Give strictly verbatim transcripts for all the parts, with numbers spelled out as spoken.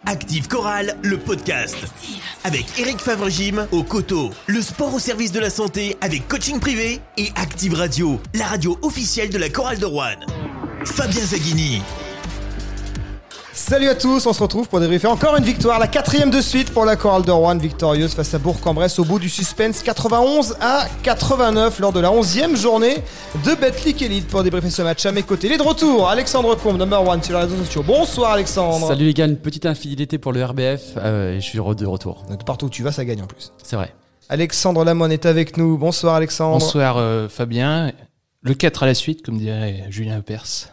Active Chorale, le podcast. Avec Eric Favre-Gym au Coteau, le sport au service de la santé avec coaching privé et Active Radio, la radio officielle de la Chorale de Roanne. Fabien Zaghini. Salut à tous, on se retrouve pour débriefer encore une victoire, la quatrième de suite pour la Chorale de Roanne, victorieuse face à Bourg-en-Bresse au bout du suspense, quatre-vingt-onze à quatre-vingt-neuf lors de la onzième journée de Betclic Elite. Pour débriefer ce match à mes côtés, il est de retour, Alexandre Combe, number one sur les réseaux sociaux. Bonsoir Alexandre. Salut les gars, une petite infidélité pour le R B F euh, et je suis de retour. De partout où tu vas, ça gagne en plus. C'est vrai. Alexandre Lamone est avec nous, bonsoir Alexandre. Bonsoir euh, Fabien, le quatre à la suite comme dirait Julien Lepers.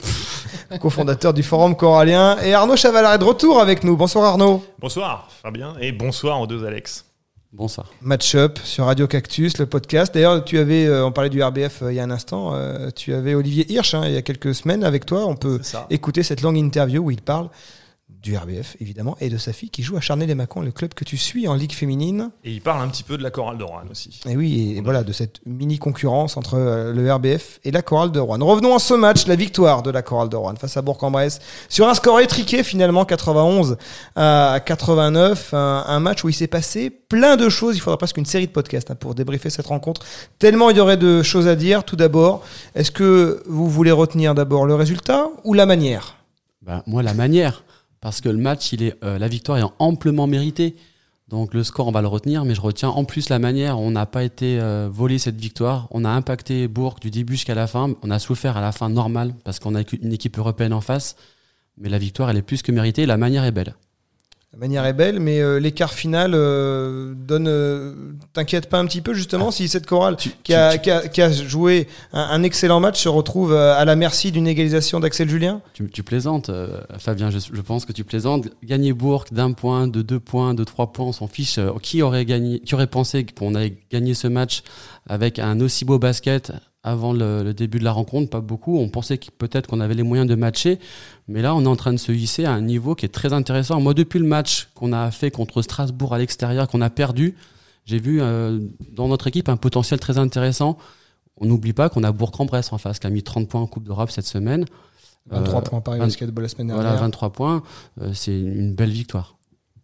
Co-fondateur du Forum Corallien, et Arnaud Chavalard est de retour avec nous. Bonsoir Arnaud. Bonsoir Fabien et bonsoir aux deux Alex. Bonsoir. Match-up sur Radio Cactus, le podcast. D'ailleurs, tu avais, euh, on parlait du R B F euh, il y a un instant, euh, tu avais Olivier Hirsch hein, il y a quelques semaines avec toi. On peut écouter cette longue interview où il parle du R B F évidemment et de sa fille qui joue à Charnay-les-Mâcons, le club que tu suis en Ligue féminine. Et il parle un petit peu de la Chorale de Roanne aussi. Et oui, et, et voilà, de cette mini concurrence entre euh, le R B F et la Chorale de Roanne. Revenons à ce match, la victoire de la Chorale de Roanne face à Bourg-en-Bresse sur un score étriqué finalement, quatre-vingt-onze à quatre-vingt-neuf, un, un match où il s'est passé plein de choses. Il faudra presque une série de podcasts hein, pour débriefer cette rencontre, tellement il y aurait de choses à dire. Tout d'abord, est-ce que vous voulez retenir d'abord le résultat ou la manière ? Bah, moi, la manière. Parce que le match, il est, euh, la victoire est amplement méritée. Donc le score, on va le retenir, mais je retiens en plus la manière. On n'a pas été euh, volé cette victoire. On a impacté Bourg du début jusqu'à la fin. On a souffert à la fin normale parce qu'on a une équipe européenne en face. Mais la victoire, elle est plus que méritée. La manière est belle. La manière est belle, mais euh, l'écart final euh, donne. Euh, t'inquiète pas un petit peu justement ah, si cette chorale tu, qui, a, tu, qui, a, qui a joué un, un excellent match se retrouve euh, à la merci d'une égalisation d'Axel Julien ? Tu, tu plaisantes, euh, Fabien. Je, je pense que tu plaisantes. Gagner Bourg d'un point, de deux points, de trois points, on s'en fiche. Euh, qui aurait gagné ? Qui aurait pensé qu'on allait gagner ce match avec un aussi beau basket ? Avant le, le début de la rencontre, pas beaucoup. On pensait que peut-être qu'on avait les moyens de matcher, mais là, on est en train de se hisser à un niveau qui est très intéressant. Moi, depuis le match qu'on a fait contre Strasbourg à l'extérieur, qu'on a perdu, j'ai vu euh, dans notre équipe un potentiel très intéressant. On n'oublie pas qu'on a Bourg-en-Bresse en face, qui a mis trente points en Coupe d'Europe cette semaine. vingt-trois euh, points Paris Basketball la semaine dernière. Voilà, vingt-trois points. Euh, c'est une belle victoire.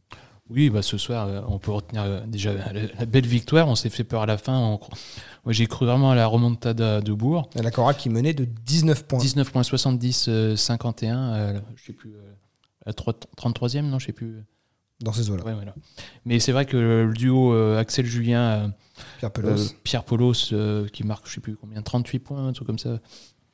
Oui, bah ce soir, euh, on peut retenir euh, déjà la, la belle victoire. On s'est fait peur à la fin. On... Moi, j'ai cru vraiment à la remontada de Bourg. Et la Chorale qui menait de dix-neuf points. dix-neuf virgule soixante-dix, euh, cinquante et un. Euh, je sais plus. Euh, la trente-troisième, non, je sais plus. Dans ces eaux-là. Ouais, voilà. Mais c'est vrai que le duo euh, Axel Julien, euh, Pierre Pelos, euh, Pierre Pelos euh, qui marque, je sais plus combien, trente-huit points, un truc comme ça.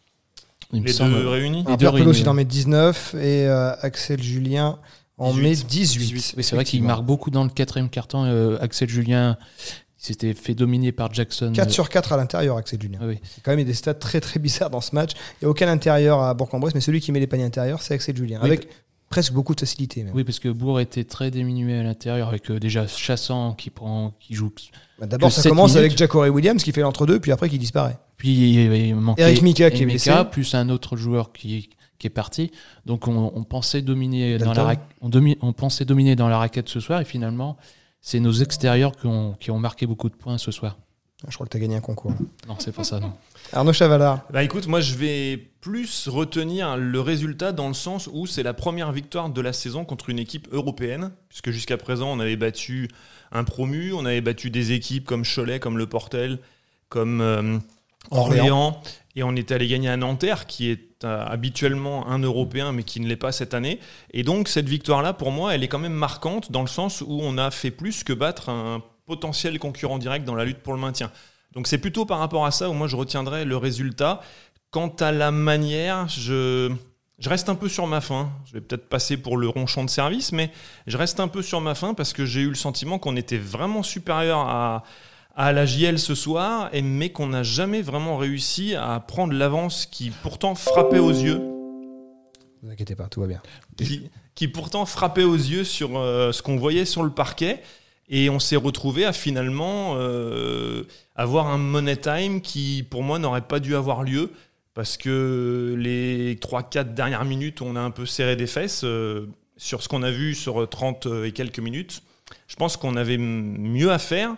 Il les deux réunis. Les Pierre Pelos, il en met dix-neuf et euh, Axel Julien en met dix-huit. Oui, c'est vrai qu'il marque beaucoup dans le quatrième quart-temps. Euh, Axel Julien s'était fait dominer par Jackson. quatre sur quatre à l'intérieur, Axel Julien. Ah oui. C'est quand même des stats très très bizarres dans ce match. Il n'y a aucun intérieur à Bourg-en-Bresse, mais celui qui met les paniers intérieurs, c'est Axel Julien. Oui, avec presque beaucoup de facilité. Même. Oui, parce que Bourg était très diminué à l'intérieur, avec euh, déjà Chassant qui, prend, qui joue. Bah d'abord, ça commence minutes. Avec Jacore Williams qui fait l'entre-deux, puis après qui disparaît. Puis il, il manquait Eric Mika qui est blessé. Plus un autre joueur qui. qui est parti. Donc on, on pensait dominer dans la ra- on, domi- on pensait dominer dans la raquette ce soir et finalement c'est nos extérieurs qui ont, qui ont marqué beaucoup de points ce soir. Je crois que tu as gagné un concours. Non, c'est pas ça, non. Arnaud Chavalard. Bah écoute, moi je vais plus retenir le résultat dans le sens où c'est la première victoire de la saison contre une équipe européenne, puisque jusqu'à présent on avait battu un promu, on avait battu des équipes comme Cholet, comme Le Portel, comme euh, Orléans. Orléans, et on était allé gagner à Nanterre, qui est euh, habituellement un Européen, mais qui ne l'est pas cette année. Et donc cette victoire-là, pour moi, elle est quand même marquante, dans le sens où on a fait plus que battre un potentiel concurrent direct dans la lutte pour le maintien. Donc c'est plutôt par rapport à ça où moi je retiendrai le résultat. Quant à la manière, je, je reste un peu sur ma faim. Je vais peut-être passer pour le ronchon de service, mais je reste un peu sur ma faim parce que j'ai eu le sentiment qu'on était vraiment supérieur à, à la J L ce soir, et, mais qu'on n'a jamais vraiment réussi à prendre l'avance qui pourtant frappait aux yeux. Ne vous inquiétez pas, tout va bien. Qui, qui pourtant frappait aux yeux sur euh, ce qu'on voyait sur le parquet. Et on s'est retrouvé à finalement euh, avoir un money time qui, pour moi, n'aurait pas dû avoir lieu parce que les trois quatre dernières minutes où on a un peu serré des fesses, euh, sur ce qu'on a vu sur trente et quelques minutes, je pense qu'on avait mieux à faire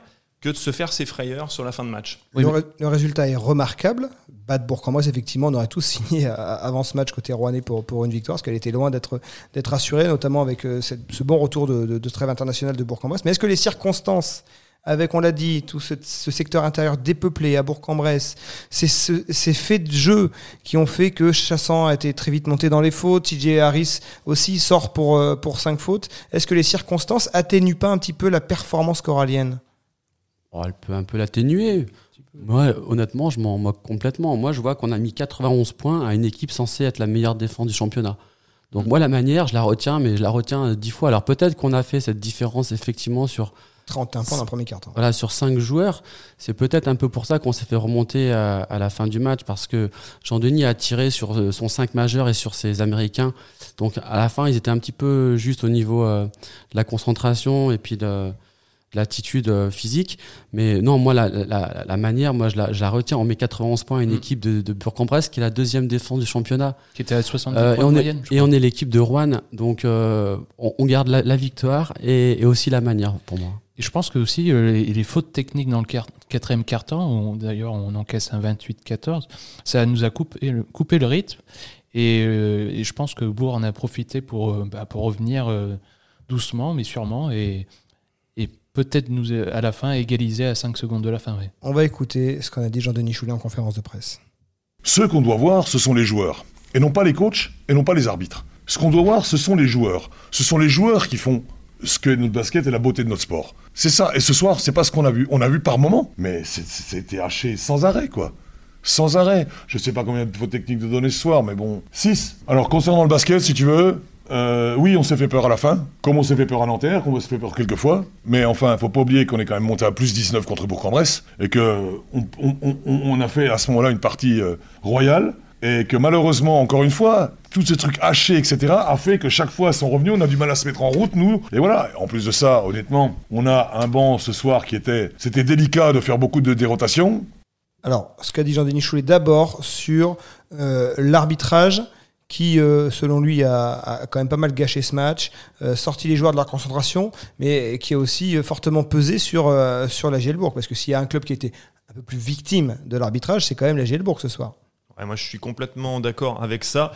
que de se faire ses frayeurs sur la fin de match. Oui, le, mais... le résultat est remarquable. Battre Bourg-en-Bresse, effectivement, on aurait tous signé avant ce match côté rouennais pour, pour une victoire, parce qu'elle était loin d'être, d'être assurée, notamment avec euh, cette, ce bon retour de, de, de trêve internationale de Bourg-en-Bresse. Mais est-ce que les circonstances, avec, on l'a dit, tout ce, ce secteur intérieur dépeuplé à Bourg-en-Bresse, c'est ce, ces faits de jeu qui ont fait que Chassan a été très vite monté dans les fautes, T J Harris aussi sort pour, euh, pour cinq fautes. Est-ce que les circonstances atténuent pas un petit peu la performance corallienne ? Oh, elle peut un peu l'atténuer. Moi, honnêtement, je m'en moque complètement. Moi, je vois qu'on a mis quatre-vingt-onze points à une équipe censée être la meilleure défense du championnat. Donc, moi, la manière, je la retiens, mais je la retiens dix fois. Alors, peut-être qu'on a fait cette différence, effectivement, sur trente et un points dans le premier quart-temps. Voilà, sur cinq joueurs. C'est peut-être un peu pour ça qu'on s'est fait remonter à, à la fin du match, parce que Jean-Denis a tiré sur son cinq majeur et sur ses Américains. Donc, à la fin, ils étaient un petit peu juste au niveau euh, de la concentration et puis de l'attitude physique, mais non, moi la, la, la manière, moi je la, je la retiens. On met quatre-vingt-onze points à une mmh. équipe de, de Bourg-en-Bresse qui est la deuxième défense du championnat, qui était à soixante-dix euh, points et on de est, moyenne. Et on est l'équipe de Rouen, donc euh, on, on garde la, la victoire et, et aussi la manière pour moi. Et je pense que aussi euh, les, les fautes techniques dans le quart, quatrième quart-temps, d'ailleurs on encaisse un vingt-huit quatorze, ça nous a coupé le, coupé le rythme et, euh, et je pense que Bourg en a profité pour, euh, bah, pour revenir euh, doucement mais sûrement et peut-être nous, à la fin, égaliser à cinq secondes de la fin. Oui. On va écouter ce qu'on a dit Jean-Denis Choulet en conférence de presse. Ceux qu'on doit voir, ce sont les joueurs. Et non pas les coachs, et non pas les arbitres. Ce qu'on doit voir, ce sont les joueurs. Ce sont les joueurs qui font ce que notre basket et la beauté de notre sport. C'est ça. Et ce soir, c'est pas ce qu'on a vu. On a vu par moments, mais c'était haché sans arrêt, quoi. Sans arrêt. Je sais pas combien de fautes techniques de donner ce soir, mais bon, six. Alors, concernant le basket, si tu veux... Euh, oui, on s'est fait peur à la fin, comme on s'est fait peur à Nanterre, comme on s'est fait peur quelques fois. Mais enfin, faut pas oublier qu'on est quand même monté à plus dix-neuf contre Bourg-en-Bresse et que on, on, on, on a fait à ce moment-là une partie euh, royale et que malheureusement, encore une fois, tous ces trucs hachés, et cetera, a fait que chaque fois, sont revenus, on a du mal à se mettre en route, nous. Et voilà. En plus de ça, honnêtement, on a un banc ce soir qui était, c'était délicat de faire beaucoup de dérotations. Alors, ce qu'a dit Jean-Denis Choulet d'abord sur euh, l'arbitrage, qui, euh, selon lui, a, a quand même pas mal gâché ce match, euh, sorti les joueurs de leur concentration, mais qui a aussi euh, fortement pesé sur, euh, sur la G L Bourg. Parce que s'il y a un club qui était un peu plus victime de l'arbitrage, c'est quand même la G L Bourg ce soir. Ouais, moi, je suis complètement d'accord avec ça.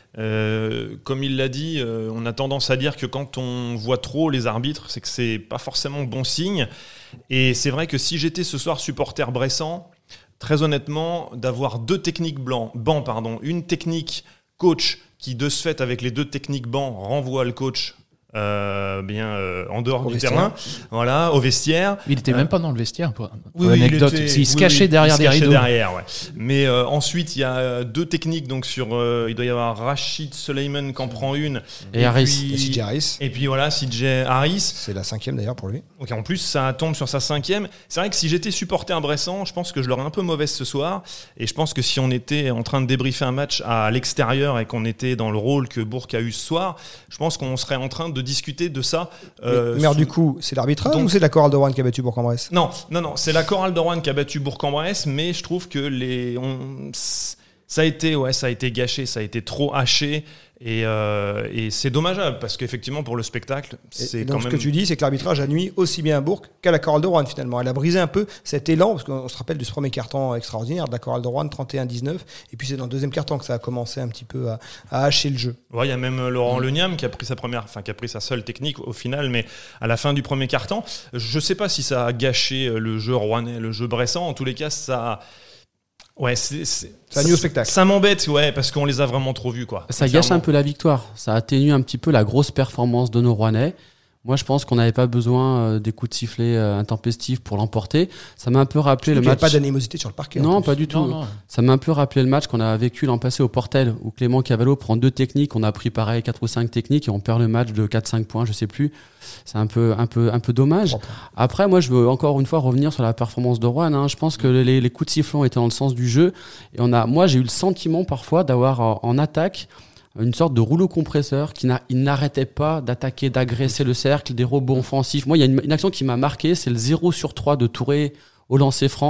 Euh, comme il l'a dit, euh, on a tendance à dire que quand on voit trop les arbitres, c'est que c'est pas forcément bon signe. Et c'est vrai que si j'étais ce soir supporter bressan, très honnêtement, d'avoir deux techniques blancs, bancs, pardon, une technique coach qui, de ce fait, avec les deux techniques bancs, renvoie le coach euh, bien euh, en dehors au du vestiaire. terrain, voilà, au vestiaire. Il était euh, même pas dans le vestiaire, pour, pour oui, l'anecdote. il, était, il se oui, cachait oui, derrière il se des cachait rideaux. Derrière, ouais. Mais euh, ensuite, il y a deux techniques. Donc sur, euh, il doit y avoir Rachid Suleiman qui en prend une. Et, et Harris. Et C J Harris. Et puis voilà, C J Harris. C'est la cinquième d'ailleurs pour lui. Ok, en plus, ça tombe sur sa cinquième. C'est vrai que si j'étais supporter bressan, je pense que je l'aurais un peu mauvaise ce soir. Et je pense que si on était en train de débriefer un match à l'extérieur et qu'on était dans le rôle que Bourg a eu ce soir, je pense qu'on serait en train de discuter de ça. Euh, mais, mais alors, du coup, c'est l'arbitrage Donc, ou c'est la chorale de Rouen qui a battu Bourg-en-Bresse ? Non, non, non, c'est la chorale de Rouen qui a battu Bourg-en-Bresse, mais je trouve que les, on, ça a été, ouais, ça a été gâché, ça a été trop haché. Et, euh, et c'est dommageable parce qu'effectivement pour le spectacle, c'est et, et donc quand ce même... que tu dis, c'est que l'arbitrage a nuit aussi bien à Bourg qu'à la chorale de Rouen finalement. Elle a brisé un peu cet élan parce qu'on se rappelle de ce premier quart-temps extraordinaire de la chorale de Rouen, trente et un dix-neuf. Et puis c'est dans le deuxième quart-temps que ça a commencé un petit peu à, à hacher le jeu. Ouais, il y a même Laurent mmh. Leniam qui a pris sa première, enfin qui a pris sa seule technique au final, mais à la fin du premier quart-temps, je sais pas si ça a gâché le jeu rouennais, le jeu bressan. En tous les cas, ça. Ouais, c'est, c'est, ça nuit au spectacle. Ça m'embête, ouais, parce qu'on les a vraiment trop vus, quoi. Ça gâche un peu la victoire. Ça atténue un petit peu la grosse performance de nos Rouennais. Moi, je pense qu'on n'avait pas besoin des coups de sifflet intempestifs pour l'emporter. Ça m'a un peu rappelé le match. Il n'y avait pas d'animosité sur le parquet. Non, pas du tout. Non, non. Ça m'a un peu rappelé le match qu'on a vécu l'an passé au Portel, où Clément Cavallo prend deux techniques. On a pris pareil quatre ou cinq techniques et on perd le match de quatre cinq points, je sais plus. C'est un peu, un peu, un peu dommage. Après, moi, je veux encore une fois revenir sur la performance de Rouen. Hein. Je pense que les, les coups de sifflet ont été dans le sens du jeu. Et on a, moi, j'ai eu le sentiment parfois d'avoir en, en attaque une sorte de rouleau compresseur qui n'a, il n'arrêtait pas d'attaquer, d'agresser le cercle, des rebonds offensifs. Moi, il y a une, une action qui m'a marqué, c'est le zéro sur trois de Touré au lancer franc.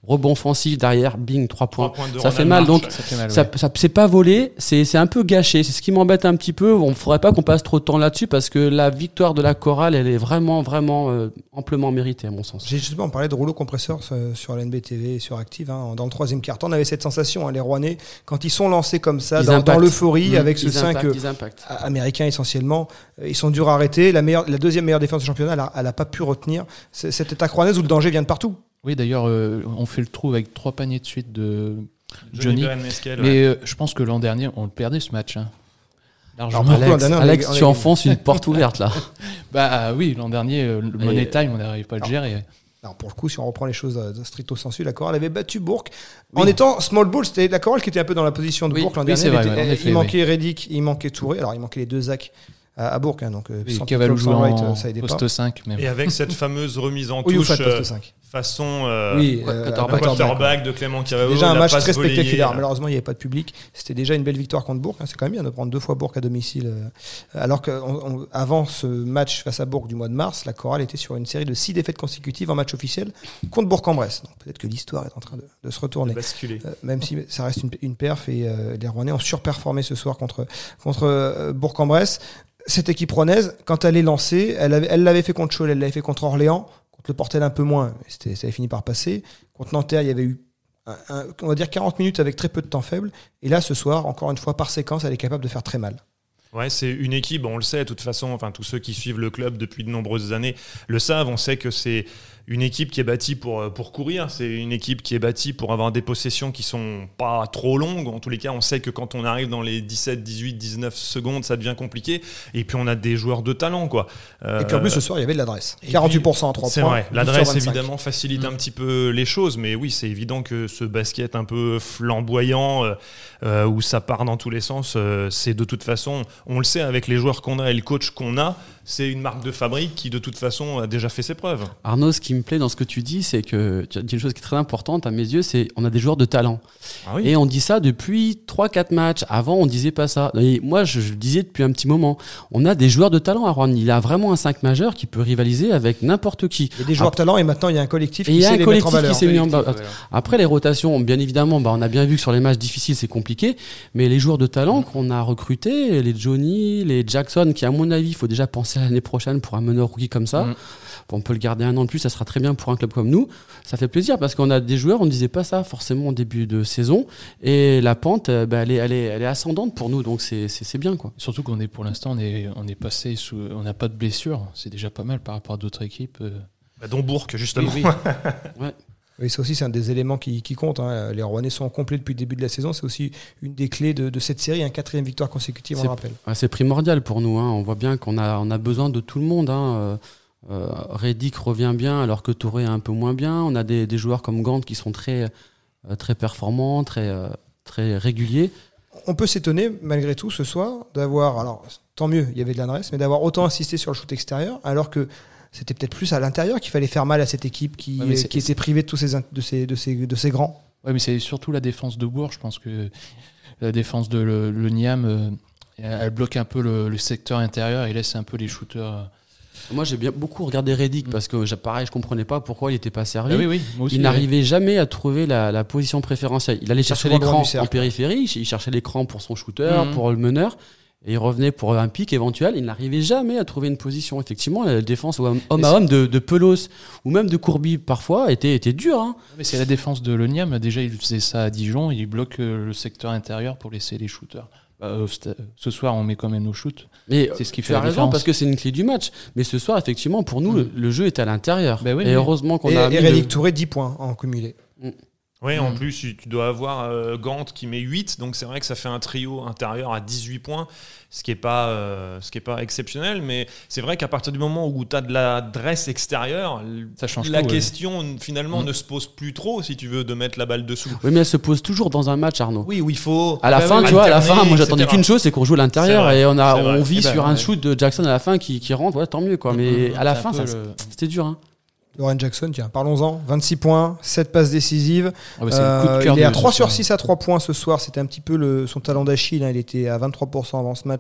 rebond offensif derrière, bing, trois points. Trois points de Ça Ronald fait mal, March. donc Ça fait mal, ça, ouais. ça c'est pas volé, c'est c'est un peu gâché. C'est ce qui m'embête un petit peu. On ne faudrait pas qu'on passe trop de temps là-dessus parce que la victoire de la chorale, elle est vraiment, vraiment euh, amplement méritée à mon sens. J'ai justement parlé de rouleau compresseur euh, sur L N B T V et sur Active. Hein. Dans le troisième quart-temps, on avait cette sensation, hein, les Rouennais, quand ils sont lancés comme ça, Ils dans, impactent. dans l'euphorie, Mmh. avec ce Ils cinq impactent, ils impactent. américains essentiellement, euh, ils sont durs à arrêter. La, meilleure, la deuxième meilleure défense du championnat, elle a, elle a pas pu retenir c- cette attaque rouennaise où le danger vient de partout. Oui, d'ailleurs, euh, on fait le trou avec trois paniers de suite de Johnny Johnny. Beren-Meskel, Mais ouais. euh, je pense que l'an dernier, on le perdait ce match. Hein. Largement. Alors, pourquoi Alex, l'an dernier, on Alex, a- on a tu gagné. enfonces une porte ouverte là. Bah oui, l'an dernier, euh, le Et- Money Time, on n'arrive pas à le Alors, gérer. Alors pour le coup, si on reprend les choses euh, stricto sensu, la chorale avait battu Bourg. Oui. En étant small ball, c'était la chorale qui était un peu dans la position de Oui, Bourg l'an oui, dernier. c'est Elle vrai, était- ouais, en elle- effet, il manquait Reddick, il manquait Touré. Alors il manquait les deux Zach à, à Bourg. Hein, donc euh, Et sans Cavallo Pickle, joue sans Wright, en euh, ça aidait pas. poste cinq même. Et avec cette fameuse remise en Oui, ou touche Fat euh, poste cinq. façon euh, Oui, ouais, euh, quarterback. quarterback. quarterback de Clément Cavallo. Déjà un la match passe très relayée. spectaculaire. Malheureusement, il n'y avait pas de public. C'était déjà une belle victoire contre Bourg. Hein. C'est quand même bien de prendre deux fois Bourg à domicile. euh, Alors qu'avant ce match face à Bourg du mois de mars, la chorale était sur une série de six défaites consécutives en match officiel contre Bourg-en-Bresse. Donc peut-être que l'histoire est en train de, de se retourner. Basculé. Euh, même si ça reste une, une perf et euh, les Rouennais ont surperformé ce soir contre, contre euh, Bourg-en-Bresse. Cette équipe rouennaise, quand elle est lancée, elle, avait, elle l'avait fait contre Cholet, elle l'avait fait contre Orléans, contre le Portel un peu moins, mais c'était, ça avait fini par passer. Contre Nanterre, il y avait eu, un, un, on va dire, quarante minutes avec très peu de temps faible. Et là, ce soir, encore une fois, par séquence, elle est capable de faire très mal. Ouais, c'est une équipe, on le sait de toute façon, enfin tous ceux qui suivent le club depuis de nombreuses années le savent, on sait que c'est une équipe qui est bâtie pour, pour courir, c'est une équipe qui est bâtie pour avoir des possessions qui sont pas trop longues, en tous les cas on sait que quand on arrive dans les dix-sept, dix-huit, dix-neuf secondes ça devient compliqué, et puis on a des joueurs de talent quoi. Euh, Et puis en plus, ce soir, il y avait de l'adresse. et quarante-huit pour cent puis, à trois c'est points. vrai, douze sur l'adresse vingt-cinq. évidemment facilite Mm. un petit peu les choses, mais oui c'est évident que ce basket un peu flamboyant, euh, euh, où ça part dans tous les sens, euh, c'est de toute façon, on le sait avec les joueurs qu'on a et le coach qu'on a, c'est une marque de fabrique qui de toute façon a déjà fait ses preuves. Arnaud, ce qui me plaît dans ce que tu dis, c'est que tu as dit une chose qui est très importante à mes yeux, c'est on a des joueurs de talent. Ah oui. Et on dit ça depuis trois quatre matchs. Avant, on disait pas ça. Et moi, je, je le disais depuis un petit moment. On a des joueurs de talent à Rouen. Il a vraiment un cinq majeur qui peut rivaliser avec n'importe qui. Il y a des joueurs de talent et maintenant, il y a un collectif Et qui il y a sait un les mettre en collectif valeur. qui s'est mis en bas. Collectif, voilà. Après, les rotations, bien évidemment, bah, on a bien vu que sur les matchs difficiles, c'est compliqué. Mais les joueurs de talent qu'on a recrutés, les Johnny, les Jackson, qui, à mon avis, il faut déjà penser à l'année prochaine pour un meneur rookie comme ça. Mm. On peut le garder un an de plus, ça sera très bien pour un club comme nous. Ça fait plaisir parce qu'on a des joueurs, on ne disait pas ça forcément au début de saison. Et la pente, euh, bah, elle, est, elle, est, elle est ascendante pour nous, donc c'est, c'est, c'est bien, quoi. Surtout qu'on est pour l'instant, on est, on est passé sous, on n'a pas de blessure. C'est déjà pas mal par rapport à d'autres équipes. euh. Bah, dont Bourg justement. Oui, oui. Oui, ça aussi, c'est un des éléments qui, qui comptent. Hein. Les Rouennais sont complets depuis le début de la saison. C'est aussi une des clés de, de cette série, un quatrième victoire consécutive, on C'est- le rappelle. Ouais, c'est primordial pour nous, hein. On voit bien qu'on a, on a besoin de tout le monde, hein. Euh, euh, Reddick revient bien alors que Touré est un peu moins bien. On a des, des joueurs comme Gant qui sont très, euh, très performants, très, euh, très réguliers. On peut s'étonner, malgré tout, ce soir, d'avoir, alors tant mieux, il y avait de l'adresse, mais d'avoir autant insisté sur le shoot extérieur, alors que c'était peut-être plus à l'intérieur qu'il fallait faire mal à cette équipe qui, Ouais, mais c'est- qui était privée de tous ces, in- de ces, de ces, de ces grands. Ouais, mais c'est surtout la défense de Bourg. Je pense que la défense de le, le Niam, euh, elle bloque un peu le, le secteur intérieur et laisse un peu les shooters. euh. Moi, j'ai bien beaucoup regardé Reddick Mm. parce que, j'ai- pareil, je comprenais pas pourquoi il n'était pas servi. Ah oui, oui, moi aussi, Il ouais. n'arrivait jamais à trouver la, la position préférentielle. Il allait chercher souvent loin l'écran du cercle. en périphérie, il cherchait l'écran pour son shooter, Mhm. pour le meneur, et il revenait pour un pic éventuel. Il n'arrivait jamais à trouver une position. Effectivement, la défense homme homme Mais à c'est- homme de, de Pelos ou même de Courby parfois était, était dure. Hein. Mais c'est la défense de l'Oniam. Déjà, il faisait ça à Dijon. Il bloque euh, le secteur intérieur pour laisser les shooters. Bah, euh, sta- ce soir, on met quand même nos shoots. Mais C'est ce qui tu fait as la raison différence. parce que c'est une clé du match. Mais ce soir, effectivement, pour nous, Mhm. le, le jeu est à l'intérieur. Bah oui, et oui. heureusement qu'on Et, a et mis Reddick le- Touré, dix points en cumulé. Oui, en Mm. plus, tu tu dois avoir euh, Gant qui met huit, donc c'est vrai que ça fait un trio intérieur à dix-huit points, ce qui n'est pas, euh, ce qui est pas exceptionnel, mais c'est vrai qu'à partir du moment où tu as de l'adresse extérieure, l- Ça change la tout, ouais. question finalement Mm. ne se pose plus trop si tu veux de mettre la balle dessous. Oui, mais elle se pose toujours dans un match, Arnaud. Oui, où il faut. À la Bah fin, oui, tu vois, à la alterner, fin, moi j'attendais et cetera. qu'une chose, c'est qu'on joue à l'intérieur C'est vrai, et on a, c'est vrai. on vit Eh ben, sur un ouais. shoot de Jackson à la fin qui, qui rentre. Ouais, tant mieux, quoi. Mais Mhm. à la C'est fin, un ça, peu le- c'était dur, hein. Lauren Jackson, tiens, parlons-en. vingt-six points, sept passes décisives. Ah bah, c'est le coup de Euh, cœur il est à de trois ce sur soir. six à trois points ce soir. C'était un petit peu le, son talent d'Achille. Hein. Il était à vingt-trois pour cent avant ce match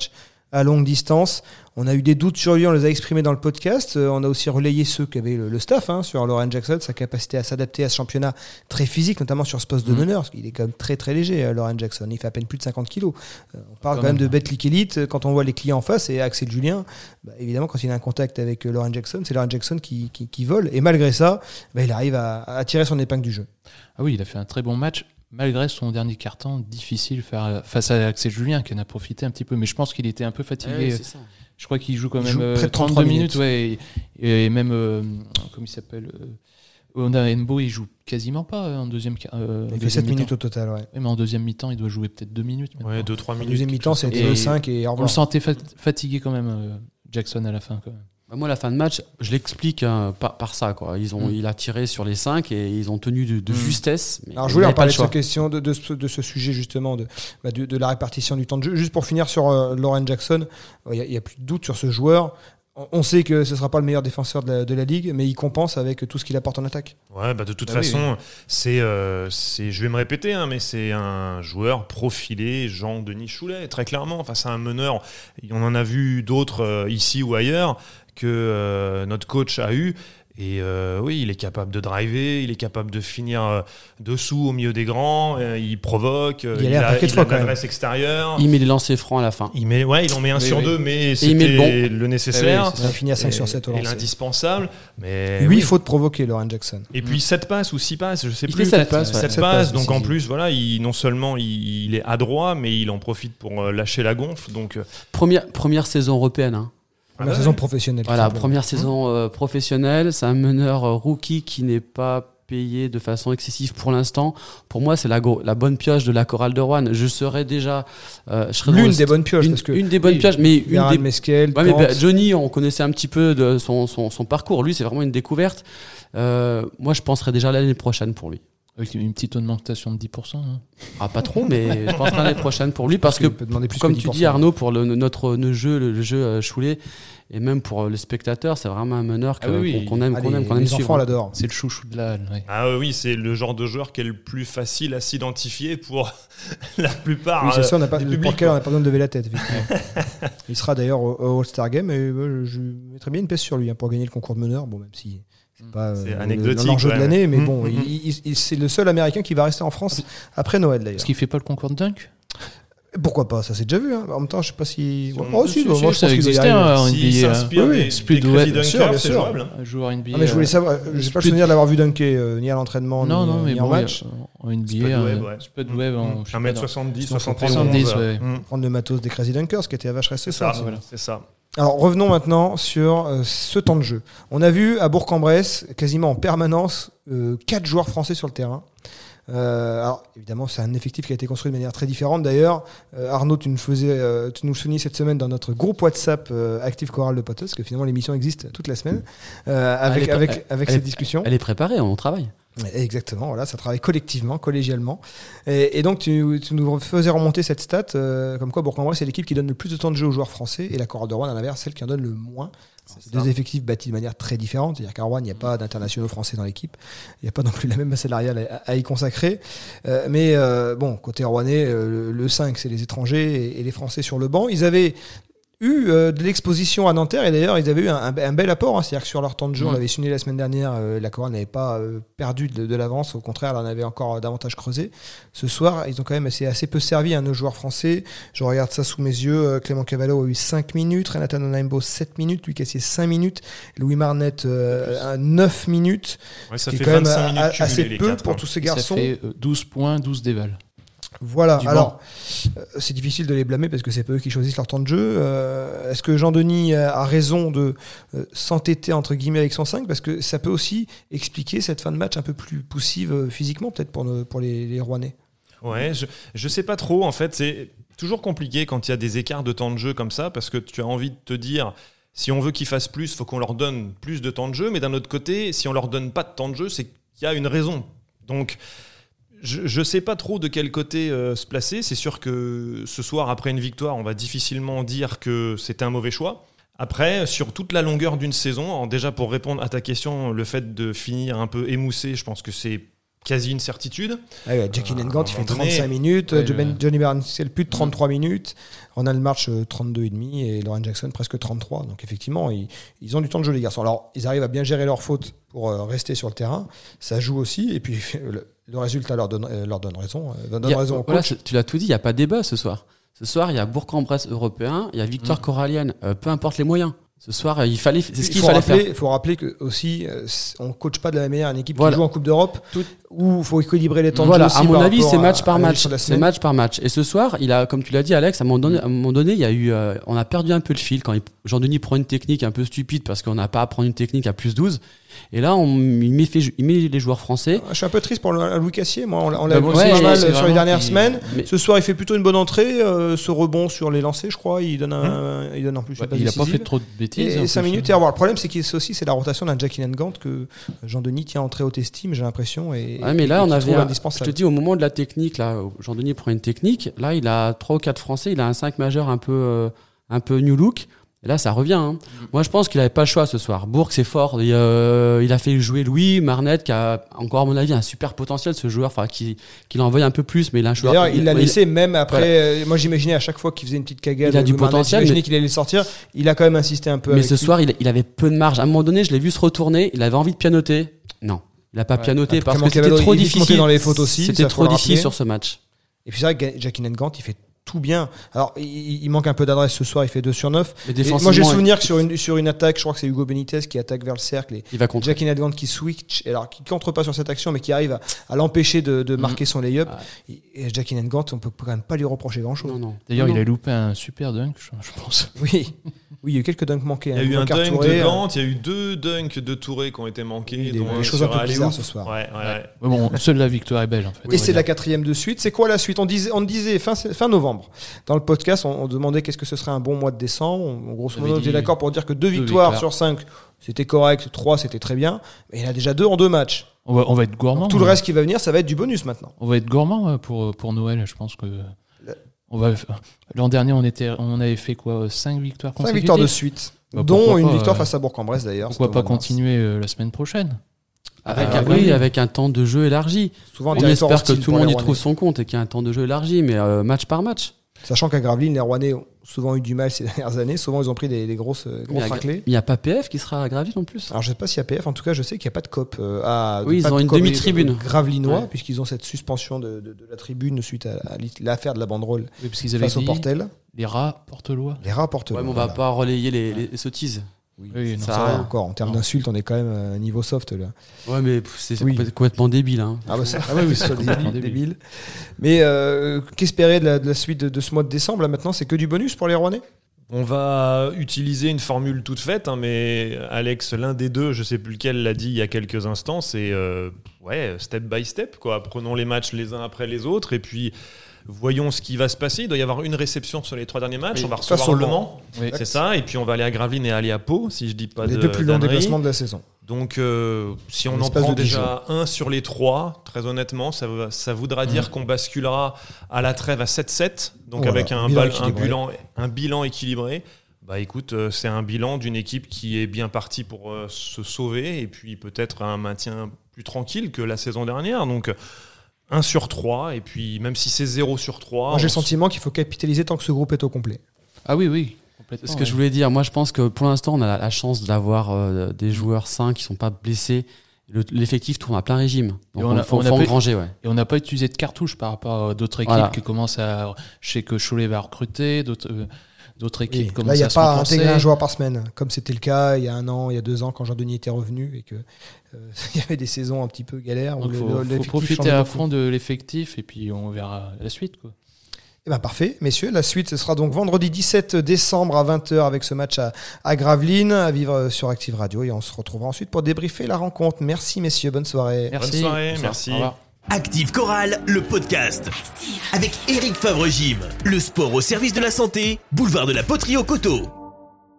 à longue distance. On a eu des doutes sur lui, on les a exprimés dans le podcast. Euh, on a aussi relayé ceux qu'avait le, le staff hein, sur Lauren Jackson, sa capacité à s'adapter à ce championnat très physique, notamment sur ce poste de meneur, parce qu'il est quand même très très léger, euh, Lauren Jackson. Il fait à peine plus de cinquante kilos. Euh, on parle quand, quand même, même de Betclic Elite. Quand on voit les clients en face, et Axel Julien, bah, évidemment, quand il a un contact avec euh, Lauren Jackson, c'est Lauren Jackson qui, qui, qui vole. Et malgré ça, bah, il arrive à, à tirer son épingle du jeu. Ah oui, il a fait un très bon match. Malgré son dernier carton, difficile faire face à Axel Julien qui en a profité un petit peu, mais je pense qu'il était un peu fatigué. Ouais, c'est ça. Je crois qu'il joue quand Il même joue euh, près de trente-deux minutes, ouais, et, et même euh, comment il s'appelle, euh, Onda Enbo, il joue quasiment pas euh, en deuxième. Euh, il fait sept minutes au total, ouais. ouais. Mais en deuxième mi-temps, il doit jouer peut-être deux minutes. Maintenant. Ouais, deux trois minutes. En deuxième mi-temps, c'était le cinq et au revoir. On le sentait fat- fatigué quand même, euh, Jackson à la fin quand même. Bah moi, la fin de match, je l'explique hein, par, par ça. Quoi. Ils ont, Mm. Il a tiré sur les cinq et ils ont tenu de, de Mm. justesse. Mais Alors je voulais ils en n'avaient pas parler le de, ce choix. question, de, de, ce, de ce sujet justement, de, bah de, de la répartition du temps de jeu. Juste pour finir sur euh, Lauren Jackson, il n'y a, a plus de doute sur ce joueur. On, on sait que ce ne sera pas le meilleur défenseur de la, de la ligue, mais il compense avec tout ce qu'il apporte en attaque. Ouais, bah de toute Ah oui, façon, c'est, euh, c'est, je vais me répéter, hein, mais c'est un joueur profilé, Jean-Denis Choulet, très clairement. Enfin, c'est un meneur. On en a vu d'autres euh, ici ou ailleurs que euh, notre coach a eu. Et euh, oui, il est capable de driver, il est capable de finir euh, dessous au milieu des grands, euh, il provoque, euh, Il y a il un a, paquet de il fois, a quand une même. adresse extérieure. Il met les lancers francs à la fin. Il met, ouais, il en met un Oui, sur oui. deux, mais il c'était met le bon. le nécessaire. Ah oui, Il a fini à cinq Et- sur sept au et lancer. l'indispensable. Mais huit oui. fautes provoquées, Lauren Jackson. Et puis sept passes ou six passes, je sais Il plus. fait sept passes, ouais. Sept Sept passes, passes, donc en décisives. plus, voilà, il, non seulement il, il est adroit, mais il en profite pour euh, lâcher la gonfle. Donc, euh, Première, première saison européenne. Hein. Première ouais. saison professionnelle. tout Voilà, simplement. première saison euh, professionnelle. C'est un meneur euh, rookie qui n'est pas payé de façon excessive pour l'instant. Pour moi, c'est la, go- la bonne pioche de la chorale de Rouen. Je serais déjà... Euh, je serais dans L'une le- des bonnes pioches, une, parce que une des bonnes oui, pioches, mais une Gérald des... Mesquel, Ouais, mais Tente, bah, Johnny, on connaissait un petit peu de son, son, son parcours. Lui, c'est vraiment une découverte. Euh, moi, je penserais déjà l'année prochaine pour lui. Avec une petite augmentation de dix pour cent. Hein. Ah, pas trop, mais je pense l'année prochaine pour lui parce que, il peut demander plus comme que tu dix pour cent. dis, Arnaud, pour le, notre, notre jeu, le, le jeu euh, Choulet, et même pour les spectateurs, c'est vraiment un meneur que- Ah oui, oui. qu'on, qu'on aime, Ah, qu'on les, aime, qu'on aime les suivre. enfants l'adorent. C'est le chouchou de la halle. Ouais. ah oui, c'est le genre de joueur qui est le plus facile à s'identifier pour la plupart. Oui, c'est euh, ça, on n'a pas, du pour public, lequel on quoi. n'a pas besoin de lever la tête. effectivement. Il sera d'ailleurs au, au All-Star Game et euh, je mettrais bien une pièce sur lui hein, pour gagner le concours de meneur. Bon, même si c'est pas C'est euh, anecdotique, le- l'enjeu ouais. de l'année, mais Mmh, bon, mmh. il, il- il- c'est le seul Américain qui va rester en France après Noël d'ailleurs. Est-ce qu'il fait pas le concours de dunk? Pourquoi pas, ça c'est déjà vu. Hein. En même temps, je sais pas si. Si on- Oh, si, si, moi, si, je pense ça qu'il doit y existait arriver. hein, en S'il N B A. s'inspire oui, des, oui. des Spud crazy Webb. dunkers, Bien sûr, bien c'est sûr. jouable. hein. Un joueur N B A. Ah, mais je voulais euh, savoir, j'ai pas le Spud- souvenir de l'avoir vu dunker euh, ni à l'entraînement Non, ni, non, euh, mais ni bon, en match. en N B A, Spud euh, Webb, ouais. Spud Webb, en- je sais un pas, mètre dans- soixante-dix, Sinon, faut soixante et onze. soixante-dix, ouais. Mmh. Prendre le matos des Crazy Dunkers qui était à Vacheresse ce C'est ça, soir. voilà. c'est ça. Alors revenons maintenant sur euh, ce temps de jeu. On a vu à Bourg-en-Bresse quasiment en permanence euh, quatre joueurs français sur le terrain. Euh, alors évidemment c'est un effectif qui a été construit de manière très différente. D'ailleurs euh, Arnaud tu nous faisais, euh, tu nous soulignais cette semaine dans notre groupe WhatsApp euh, Active Chorale de Potos, parce que finalement l'émission existe toute la semaine euh, avec Elle est- avec elle- avec elle cette est- discussion. Elle est préparée, on travaille. Exactement, voilà, ça travaille collectivement, collégialement. Et, et donc, tu, tu nous faisais remonter cette stat, euh, comme quoi Bourg-en-Bresse, c'est l'équipe qui donne le plus de temps de jeu aux joueurs français, et la Chorale de Rouen, à l'inverse, celle qui en donne le moins. C'est deux effectifs bâtis de manière très différente. C'est-à-dire qu'à Rouen, il n'y a pas d'internationaux français dans l'équipe. Il n'y a pas non plus la même masse salariale à, à y consacrer. Euh, mais euh, bon, côté rouennais, euh, le, le cinq, c'est les étrangers et, et les Français sur le banc. Ils avaient eu euh, de l'exposition à Nanterre et d'ailleurs ils avaient eu un, un, un bel apport hein. C'est-à-dire que sur leur temps de jeu mmh. on l'avait souligné la semaine dernière, euh, la Chorale n'avait pas euh, perdu de, de l'avance, au contraire elle en avait encore davantage creusé. Ce soir ils ont quand même assez, assez peu servi à nos joueurs français. Je regarde ça sous mes yeux, euh, Clément Cavallo a eu cinq minutes, Renatan Onaimbo sept minutes, Louis Cassier cinq minutes, Louis Marnette euh, neuf minutes, Ouais, ça ce qui fait est quand même vingt-cinq a- minutes a- cumulées, assez les peu quatre, pour hein. tous ces Ça garçons. fait euh, douze points, douze dévals. Voilà, Du alors euh, c'est difficile de les blâmer parce que c'est pas eux qui choisissent leur temps de jeu. Euh, est-ce que Jean-Denis a, a raison de euh, s'entêter entre guillemets avec son cinq, parce que ça peut aussi expliquer cette fin de match un peu plus poussive euh, physiquement peut-être pour, nos- pour les, les Rouennais. Ouais, je, je sais pas trop. En fait, c'est toujours compliqué quand il y a des écarts de temps de jeu comme ça, parce que tu as envie de te dire, si on veut qu'ils fassent plus, il faut qu'on leur donne plus de temps de jeu. Mais d'un autre côté, si on leur donne pas de temps de jeu, c'est qu'il y a une raison. Donc, je ne sais pas trop de quel côté euh, se placer. C'est sûr que ce soir, après une victoire, on va difficilement dire que c'était un mauvais choix. Après, sur toute la longueur d'une saison, alors déjà pour répondre à ta question, le fait de finir un peu émoussé, je pense que c'est quasi une certitude. Ah ouais, Jackie Euh, Nengant, à un il fait moment trente-cinq donné, minutes. ouais, Johnny, ouais. Johnny Barnstable, plus de trente-trois minutes. Ronald March, euh, trente-deux et demi. Et Lauren Jackson, presque trente-trois. Donc effectivement, ils, ils ont du temps de jeu, les garçons. Alors, ils arrivent à bien gérer leurs fautes pour euh, rester sur le terrain. Ça joue aussi. Et puis, le, le résultat leur donne, euh, leur donne raison. euh, donne Il y a- raison au voilà, coach. c'est- tu l'as tout dit, il n'y a pas de débat ce soir. Ce soir, il y a Bourg-en-Bresse européen, il y a victoire Mmh. corallienne, euh, peu importe les moyens. Ce soir, euh, il fallait, c'est ce Il qu'il faut fallait rappeler, faire. il faut rappeler que aussi, euh, c- on coach pas de la même manière une équipe Voilà. qui joue en Coupe d'Europe, Tout- où il faut équilibrer les temps Voilà, de jeu à aussi mon par avis, rapport c'est à- match par à la match. gestion de la C'est semaine. match par match. Et ce soir, il a, comme tu l'as dit, Alex, à un moment donné, à un moment donné, il y a eu, euh, on a perdu un peu le fil quand il- Jean-Denis prend une technique un peu stupide parce qu'on n'a pas à prendre une technique à plus douze. Et là, on, il, met fait, il met les joueurs français. Je suis un peu triste pour le- Louis Cassier. Moi, on l'a on l'a Bah, vu moi aussi aussi, pas ouais, mal c'est sur les vraiment dernières qu'il- semaines. Mais- Ce soir, il fait plutôt une bonne entrée. euh, ce rebond sur les lancers, je crois, il donne, un, il donne en plus Ouais, une passe il a pas décisive. fait trop de bêtises. en Et cinq plus. minutes et à revoir. Le problème, c'est qu'il c'est aussi c'est la rotation d'un Jackie Nengant que Jean-Denis tient en très haute estime, j'ai l'impression. Et, Ouais, mais là, et on qu'il avait, trouve un- je indispensable. te dis, au moment de la technique, là, où Jean-Denis prend une technique. Là, il a trois ou quatre Français. Il a un cinq majeur un peu, euh, un peu new look. Et là, ça revient. Hein. Moi, je pense qu'il avait pas le choix ce soir. Bourg, c'est fort. Et, euh, il a fait jouer Louis Marnette, qui a encore, à mon avis, un super potentiel, ce joueur. Enfin, qui, qui l'envoie un peu plus, mais il a un joueur. D'ailleurs, il l'a il- laissé même après. euh, moi, j'imaginais à chaque fois qu'il faisait une petite cagade. Il a du Louis Marnette, potentiel, J'imaginais mais- qu'il allait le sortir. Il a quand même insisté un peu. Mais avec ce lui. soir, il, il avait peu de marge. À un moment donné, je l'ai vu se retourner. Il avait envie de pianoter. Non, il n'a pas Ouais. pianoté Après, parce que Clément c'était Cavallo, trop il est vite monté difficile. dans les fautes aussi, C'était ça, faut trop le difficile rappeler. sur ce match. Et puis c'est vrai que Jackie Nengant, il fait tout bien. Alors, il, il manque un peu d'adresse ce soir. Il fait deux sur neuf. Mais Et défensivement, moi, j'ai le souvenir que sur une, sur une attaque, je crois que c'est Hugo Benitez qui attaque vers le cercle et il va contre. Jackie Nengant qui switch, et alors qui contre pas sur cette action, mais qui arrive à, à l'empêcher de, de marquer son lay-up. Ouais. Et Jackie Nengant, on peut quand même pas lui reprocher grand-chose. Non, non. D'ailleurs, Non, il a non. loupé un super dunk, je, je pense. Oui, oui, il y a eu quelques dunks manqués. Il y a hein. eu un Boubacar dunk Touré, de euh, Gant, il y a eu deux dunks de Touré qui ont été manqués. Oui, des- dont des un choses un sur peu Aléo. bizarres ce soir. Ouais, ouais, ouais. Mais bon, seule la victoire est belle, en fait. Et c'est la quatrième de suite. C'est quoi la suite? On disait, on disait fin, fin novembre. Dans le podcast, on, on demandait qu'est-ce que ce serait un bon mois de décembre. On, grosso On modo, on avait était dit d'accord pour dire que deux deux victoires victoires. sur cinq, c'était correct. Trois, c'était très bien. Mais il y en a déjà deux en deux matchs. On va, on va être gourmand. Donc, tout le hein. reste qui va venir, ça va être du bonus maintenant. On va être gourmand euh, pour, pour Noël, je pense que. On va, l'an dernier, on, était, on avait fait quoi cinq victoires Cinq consécutives. victoires de suite. Bah, dont pourquoi une pas, victoire euh, face à Bourg-en-Bresse d'ailleurs. Pourquoi c'était pas au mois de mars. continuer euh, la semaine prochaine Avec, Ah, un, oui. oui, avec un temps de jeu élargi. Souvent, On territoire espère que hostile tout le pour monde les y trouve Rouennais. son compte et qu'il y a un temps de jeu élargi, mais euh, match par match. Sachant qu'à Gravelines, les Rouennais ont souvent eu du mal ces dernières années. Souvent, ils ont pris des, des grosses, euh, Mais grosses à- raclées. Il n'y a pas P F qui sera à Gravelines en plus. Alors, je sais pas s'il y a P F. En tout cas, je sais qu'il n'y a pas de C O P. euh, à, Oui, pas ils ont de une C O P demi-tribune. Gravelinois, Ouais. puisqu'ils ont cette suspension de, de- de la tribune suite à, à l'affaire de la banderole Oui, parce qu'ils avaient face au dit Portel. les rats portent loi. Les rats portent Ouais, mais on voilà. va pas relayer les, les- les sottises. Oui, Oui, non, ça ça va rien. encore. En termes Non. d'insultes, on est quand même à un niveau soft là. Ouais, mais pff, c'est Oui. complè- complètement débile. Hein. Ah bah ça, Ah ouais, oui, c'est c'est complètement débile, débile. débile. Mais euh, qu'espérer de la, de la suite de, de ce mois de décembre là maintenant? C'est que du bonus pour les Rouennais? On va utiliser une formule toute faite, hein, mais Alex, l'un des deux, je sais plus lequel, l'a dit il y a quelques instants, c'est euh, ouais, step by step, quoi. Prenons les matchs les uns après les autres et puis voyons ce qui va se passer. Il doit y avoir une réception sur les trois derniers matchs. Oui, on va face recevoir au Le Mans. Mans, Oui. c'est ça, et puis on va aller à Gravelines et aller à Pau, si je dis pas Les de deux plus longs d'âneries. déplacements de la saison. Donc, euh, si on En en l'espace prend de dix déjà un sur les trois, très honnêtement, ça, va- ça voudra dire qu'on basculera à la trêve à sept sept, donc Voilà, avec un, bilan bal- un, équilibré. bilan, un bilan équilibré. Bah écoute, euh, c'est un bilan d'une équipe qui est bien partie pour euh, se sauver et puis peut-être un maintien plus tranquille que la saison dernière. Donc, un sur trois, et puis même si c'est zéro sur trois. Moi, j'ai on le s- sentiment qu'il faut capitaliser tant que ce groupe est au complet. Ah oui, oui. C'est Complètement, ce que ouais. je voulais dire. Moi, je pense que pour l'instant, on a la, la chance d'avoir euh, des joueurs sains qui sont pas blessés. Le- L'effectif tourne à plein régime. Donc, Et on on a- faut, on a faut pas- engranger, ouais. Et on n'a pas utilisé de cartouches par rapport à d'autres équipes Voilà. qui commencent à. Je sais que Cholet va recruter, d'autres euh, d'autres équipes Oui. commencent Là, il n'y a à se pas à renforcer. intégrer un joueur par semaine, comme c'était le cas il y a un an, il y a deux ans, quand Jean-Denis était revenu et que euh, il y avait des saisons un petit peu galères. Donc, où il le- faut, faut l'effectif profiter changeait à beaucoup. fond de l'effectif et puis on verra la suite. Quoi. Eh ben parfait, messieurs. La suite, ce sera donc vendredi dix-sept décembre à vingt heures avec ce match à, à Gravelines, à vivre sur Active Radio. Et on se retrouvera ensuite pour débriefer la rencontre. Merci, messieurs. Bonne soirée. Merci. Bonne soirée, Bonsoir. merci. Au revoir. Active Chorale, le podcast. Avec Eric Favre-Gym. Le sport au service de la santé, boulevard de la Poterie au Coteau.